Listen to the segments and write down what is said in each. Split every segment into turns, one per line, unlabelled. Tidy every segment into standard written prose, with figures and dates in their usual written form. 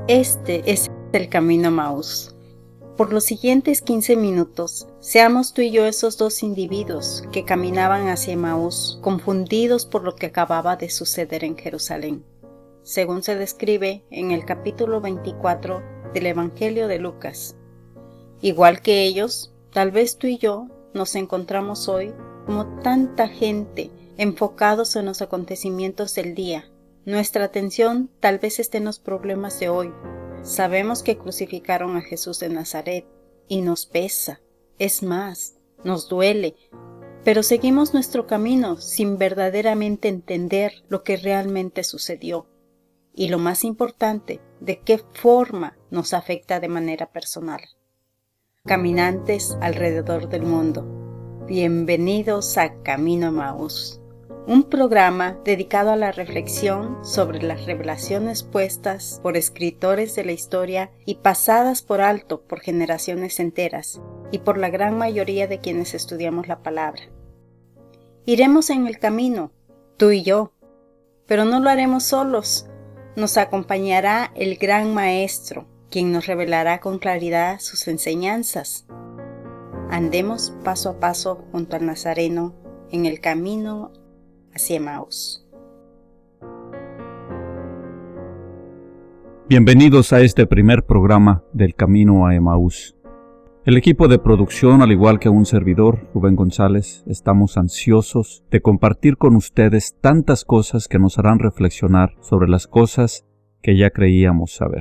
Este es el camino a Emaús. Por los siguientes 15 minutos, seamos tú y yo esos dos individuos que caminaban hacia Emaús, confundidos por lo que acababa de suceder en Jerusalén, según se describe en el capítulo 24 del Evangelio de Lucas. Igual que ellos, tal vez tú y yo nos encontramos hoy como tanta gente enfocados en los acontecimientos del día. Nuestra atención tal vez esté en los problemas de hoy. Sabemos que crucificaron a Jesús de Nazaret y nos pesa, es más, nos duele, pero seguimos nuestro camino sin verdaderamente entender lo que realmente sucedió y lo más importante, de qué forma nos afecta de manera personal. Caminantes alrededor del mundo, bienvenidos a Camino a Emaús, un programa dedicado a la reflexión sobre las revelaciones puestas por escritores de la historia y pasadas por alto por generaciones enteras y por la gran mayoría de quienes estudiamos la palabra. Iremos en el camino, tú y yo, pero no lo haremos solos. Nos acompañará el gran Maestro, quien nos revelará con claridad sus enseñanzas. Andemos paso a paso junto al Nazareno en el camino hacia Emaús.
Bienvenidos a este primer programa del Camino a Emaús. El equipo de producción, al igual que un servidor, Rubén González, estamos ansiosos de compartir con ustedes tantas cosas que nos harán reflexionar sobre las cosas que ya creíamos saber.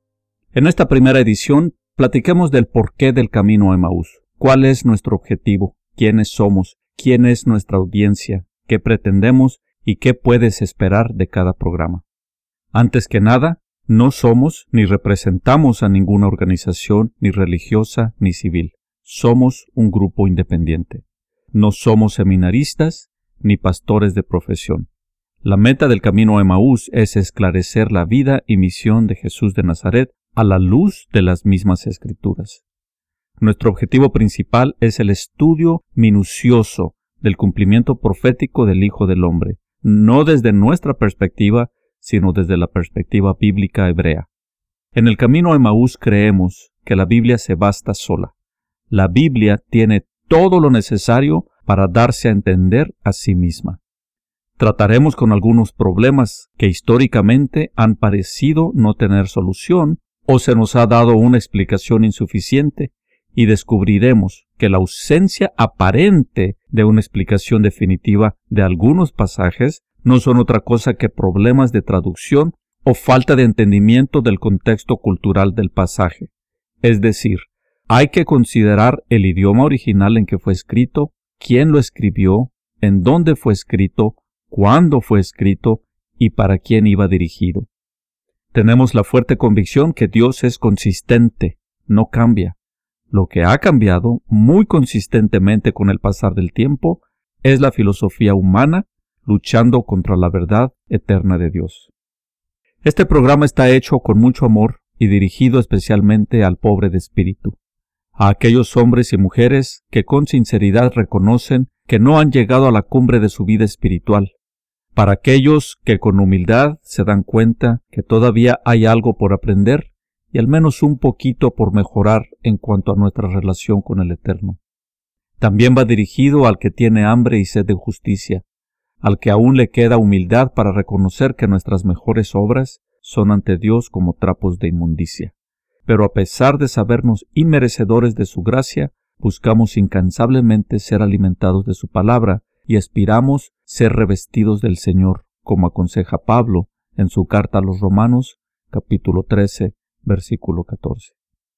En esta primera edición, platiquemos del porqué del Camino a Emaús. ¿Cuál es nuestro objetivo? ¿Quiénes somos? ¿Quién es nuestra audiencia? ¿Qué pretendemos? ¿Y qué puedes esperar de cada programa? Antes que nada, no somos ni representamos a ninguna organización, ni religiosa, ni civil. Somos un grupo independiente. No somos seminaristas, ni pastores de profesión. La meta del Camino a Emaús es esclarecer la vida y misión de Jesús de Nazaret a la luz de las mismas Escrituras. Nuestro objetivo principal es el estudio minucioso del cumplimiento profético del Hijo del Hombre, no desde nuestra perspectiva, sino desde la perspectiva bíblica hebrea. En el Camino a Emaús creemos que la Biblia se basta sola. La Biblia tiene todo lo necesario para darse a entender a sí misma. Trataremos con algunos problemas que históricamente han parecido no tener solución o se nos ha dado una explicación insuficiente y descubriremos que la ausencia aparente de una explicación definitiva de algunos pasajes no son otra cosa que problemas de traducción o falta de entendimiento del contexto cultural del pasaje. Es decir, hay que considerar el idioma original en que fue escrito, quién lo escribió, en dónde fue escrito, cuándo fue escrito y para quién iba dirigido. Tenemos la fuerte convicción que Dios es consistente, no cambia. Lo que ha cambiado muy consistentemente con el pasar del tiempo es la filosofía humana luchando contra la verdad eterna de Dios. Este programa está hecho con mucho amor y dirigido especialmente al pobre de espíritu, a aquellos hombres y mujeres que con sinceridad reconocen que no han llegado a la cumbre de su vida espiritual, para aquellos que con humildad se dan cuenta que todavía hay algo por aprender y al menos un poquito por mejorar en cuanto a nuestra relación con el Eterno. También va dirigido al que tiene hambre y sed de justicia, al que aún le queda humildad para reconocer que nuestras mejores obras son ante Dios como trapos de inmundicia. Pero a pesar de sabernos inmerecedores de su gracia, buscamos incansablemente ser alimentados de su palabra y aspiramos ser revestidos del Señor, como aconseja Pablo en su carta a los Romanos, capítulo 13, versículo 14.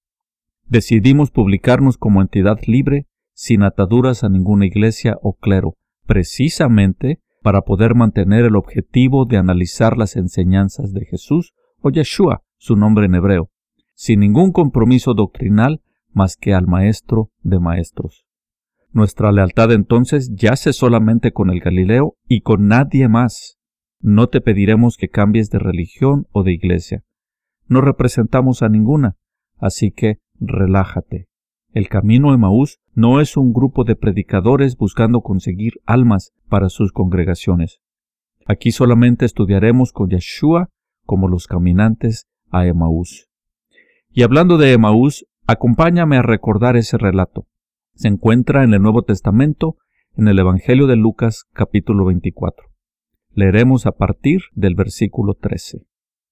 Decidimos publicarnos como entidad libre, sin ataduras a ninguna iglesia o clero, precisamente para poder mantener el objetivo de analizar las enseñanzas de Jesús o Yeshua, su nombre en hebreo, sin ningún compromiso doctrinal más que al Maestro de Maestros. Nuestra lealtad entonces yace solamente con el Galileo y con nadie más. No te pediremos que cambies de religión o de iglesia. No representamos a ninguna, así que relájate. El Camino a Emaús no es un grupo de predicadores buscando conseguir almas para sus congregaciones. Aquí solamente estudiaremos con Yeshua como los caminantes a Emaús. Y hablando de Emaús, acompáñame a recordar ese relato. Se encuentra en el Nuevo Testamento, en el Evangelio de Lucas, capítulo 24. Leeremos a partir del versículo 13.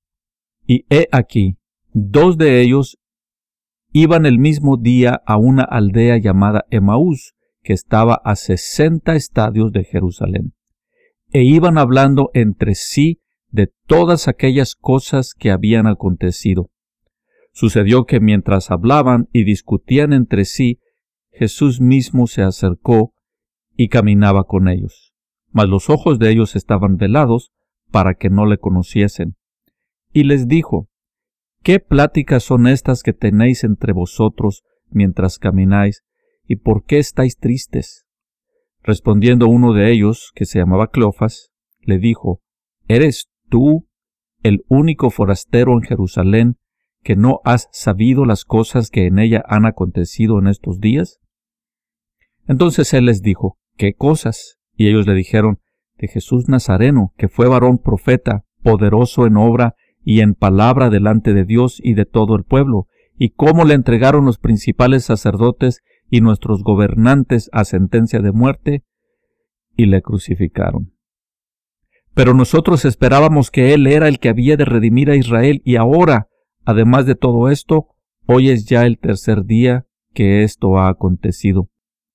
Y he aquí, 2 de ellos iban el mismo día a una aldea llamada Emaús, que estaba a 60 estadios de Jerusalén, e iban hablando entre sí de todas aquellas cosas que habían acontecido. Sucedió que mientras hablaban y discutían entre sí, Jesús mismo se acercó y caminaba con ellos. Mas los ojos de ellos estaban velados para que no le conociesen. Y les dijo: ¿Qué pláticas son estas que tenéis entre vosotros mientras camináis, y por qué estáis tristes? Respondiendo uno de ellos, que se llamaba Cleofas, le dijo: ¿Eres tú el único forastero en Jerusalén que no has sabido las cosas que en ella han acontecido en estos días? Entonces él les dijo: ¿Qué cosas? Y ellos le dijeron: de Jesús Nazareno, que fue varón profeta, poderoso en obra y en palabra delante de Dios y de todo el pueblo, y cómo le entregaron los principales sacerdotes y nuestros gobernantes a sentencia de muerte, y le crucificaron. Pero nosotros esperábamos que Él era el que había de redimir a Israel, y ahora, además de todo esto, hoy es ya el 3er día que esto ha acontecido.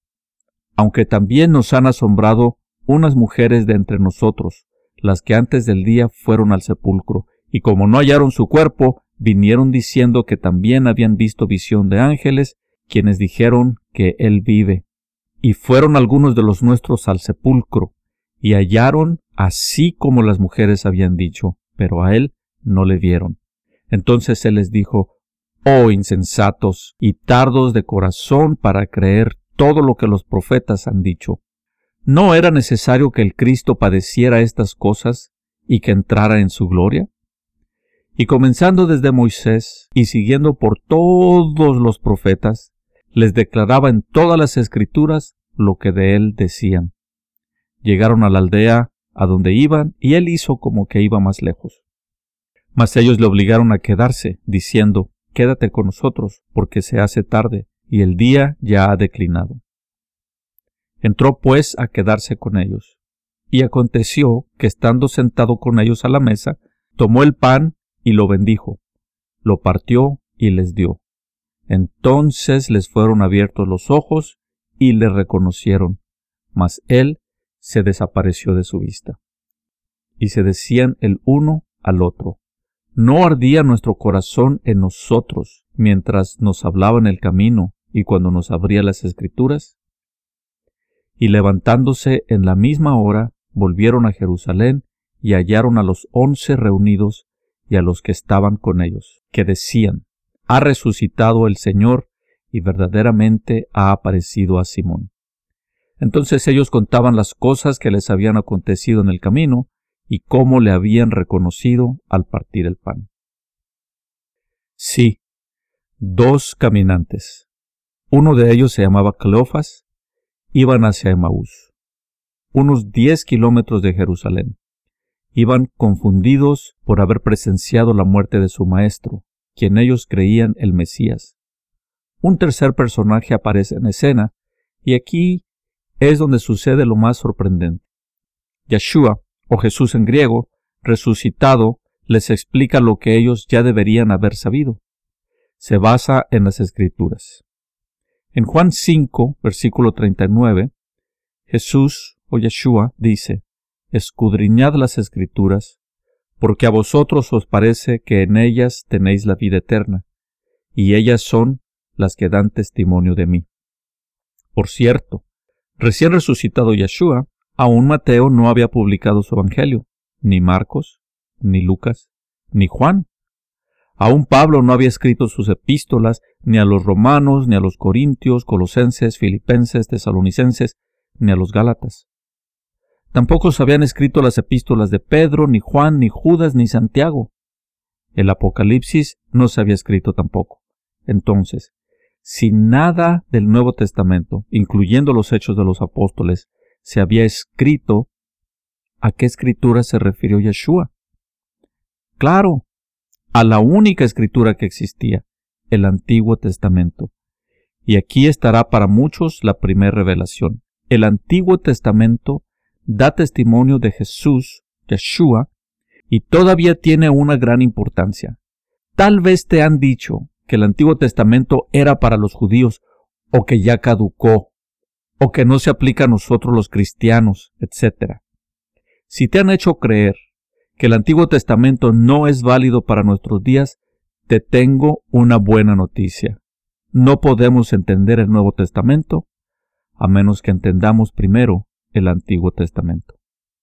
Aunque también nos han asombrado unas mujeres de entre nosotros, las que antes del día fueron al sepulcro, y como no hallaron su cuerpo, vinieron diciendo que también habían visto visión de ángeles, quienes dijeron que Él vive. Y fueron algunos de los nuestros al sepulcro, y hallaron así como las mujeres habían dicho, pero a Él no le vieron. Entonces Él les dijo: Oh insensatos y tardos de corazón para creer todo lo que los profetas han dicho. ¿No era necesario que el Cristo padeciera estas cosas y que entrara en su gloria? Y comenzando desde Moisés y siguiendo por todos los profetas, les declaraba en todas las Escrituras lo que de él decían. Llegaron a la aldea a donde iban, y él hizo como que iba más lejos. Mas ellos le obligaron a quedarse, diciendo: Quédate con nosotros, porque se hace tarde, y el día ya ha declinado. Entró pues a quedarse con ellos. Y aconteció que estando sentado con ellos a la mesa, tomó el pan y lo bendijo, lo partió y les dio. Entonces les fueron abiertos los ojos y le reconocieron, mas él se desapareció de su vista. Y se decían el uno al otro: ¿No ardía nuestro corazón en nosotros mientras nos hablaba en el camino y cuando nos abría las Escrituras? Y levantándose en la misma hora, volvieron a Jerusalén y hallaron a los 11 reunidos y a los que estaban con ellos, que decían: Ha resucitado el Señor y verdaderamente ha aparecido a Simón. Entonces ellos contaban las cosas que les habían acontecido en el camino y cómo le habían reconocido al partir el pan. Sí, 2 caminantes. Uno de ellos se llamaba Cleofas. Iban hacia Emaús, unos 10 kilómetros de Jerusalén. Iban confundidos por haber presenciado la muerte de su maestro, quien ellos creían el Mesías. Un tercer personaje aparece en escena, y aquí es donde sucede lo más sorprendente. Yeshua, o Jesús en griego, resucitado, les explica lo que ellos ya deberían haber sabido. Se basa en las Escrituras. En Juan 5, versículo 39, Jesús, o Yeshua, dice: Escudriñad las Escrituras, porque a vosotros os parece que en ellas tenéis la vida eterna, y ellas son las que dan testimonio de mí. Por cierto, recién resucitado Yeshua, aún Mateo no había publicado su evangelio, ni Marcos, ni Lucas, ni Juan. Aún Pablo no había escrito sus epístolas ni a los romanos, ni a los corintios, colosenses, filipenses, tesalonicenses, ni a los gálatas. Tampoco se habían escrito las epístolas de Pedro, ni Juan, ni Judas, ni Santiago. El Apocalipsis no se había escrito tampoco. Entonces, si nada del Nuevo Testamento, incluyendo los Hechos de los Apóstoles, se había escrito, ¿a qué escritura se refirió Yeshua? Claro, a la única escritura que existía, el Antiguo Testamento. Y aquí estará para muchos la primera revelación. El Antiguo Testamento da testimonio de Jesús, Yeshua, y todavía tiene una gran importancia. Tal vez te han dicho que el Antiguo Testamento era para los judíos, o que ya caducó, o que no se aplica a nosotros los cristianos, etc. Si te han hecho creer que el Antiguo Testamento no es válido para nuestros días, te tengo una buena noticia. No podemos entender el Nuevo Testamento a menos que entendamos primero el Antiguo Testamento.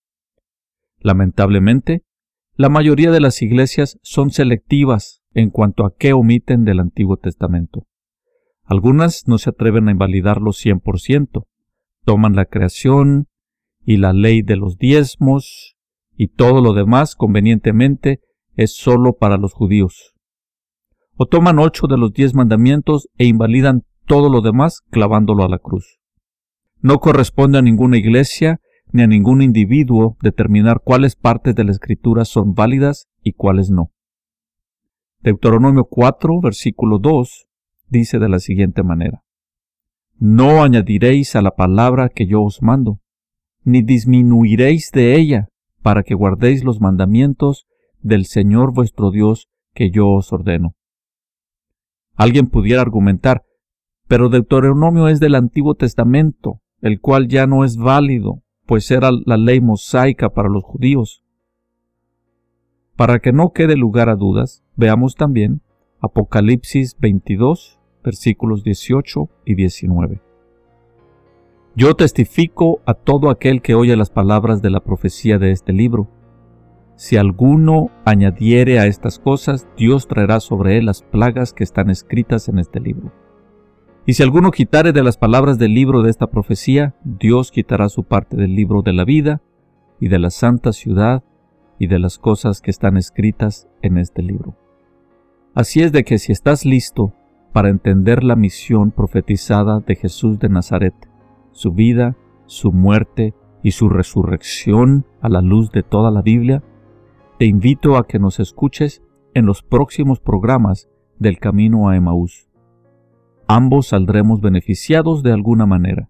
Lamentablemente, la mayoría de las iglesias son selectivas en cuanto a qué omiten del Antiguo Testamento. Algunas no se atreven a invalidarlo 100%, toman la creación y la ley de los diezmos y todo lo demás convenientemente es solo para los judíos. O toman 8 de los 10 mandamientos e invalidan todo lo demás clavándolo a la cruz. No corresponde a ninguna iglesia ni a ningún individuo determinar cuáles partes de la Escritura son válidas y cuáles no. Deuteronomio 4, versículo 2, dice de la siguiente manera: No añadiréis a la palabra que yo os mando, ni disminuiréis de ella, para que guardéis los mandamientos del Señor vuestro Dios que yo os ordeno. Alguien pudiera argumentar, pero Deuteronomio es del Antiguo Testamento, el cual ya no es válido, pues era la ley mosaica para los judíos. Para que no quede lugar a dudas, veamos también Apocalipsis 22, versículos 18 y 19. Yo testifico a todo aquel que oye las palabras de la profecía de este libro. Si alguno añadiere a estas cosas, Dios traerá sobre él las plagas que están escritas en este libro. Y si alguno quitare de las palabras del libro de esta profecía, Dios quitará su parte del libro de la vida, y de la santa ciudad, y de las cosas que están escritas en este libro. Así es de que si estás listo para entender la misión profetizada de Jesús de Nazaret, su vida, su muerte y su resurrección a la luz de toda la Biblia, te invito a que nos escuches en los próximos programas del Camino a Emaús. Ambos saldremos beneficiados de alguna manera.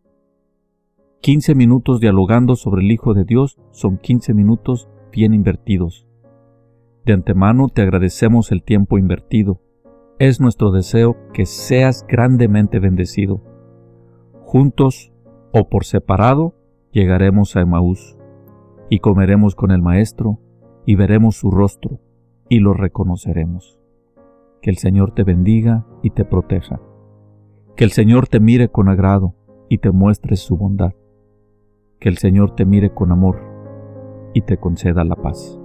15 minutos dialogando sobre el Hijo de Dios son 15 minutos bien invertidos. De antemano te agradecemos el tiempo invertido. Es nuestro deseo que seas grandemente bendecido. Juntos o por separado llegaremos a Emaús y comeremos con el Maestro y veremos su rostro y lo reconoceremos. Que el Señor te bendiga y te proteja. Que el Señor te mire con agrado y te muestre su bondad. Que el Señor te mire con amor y te conceda la paz.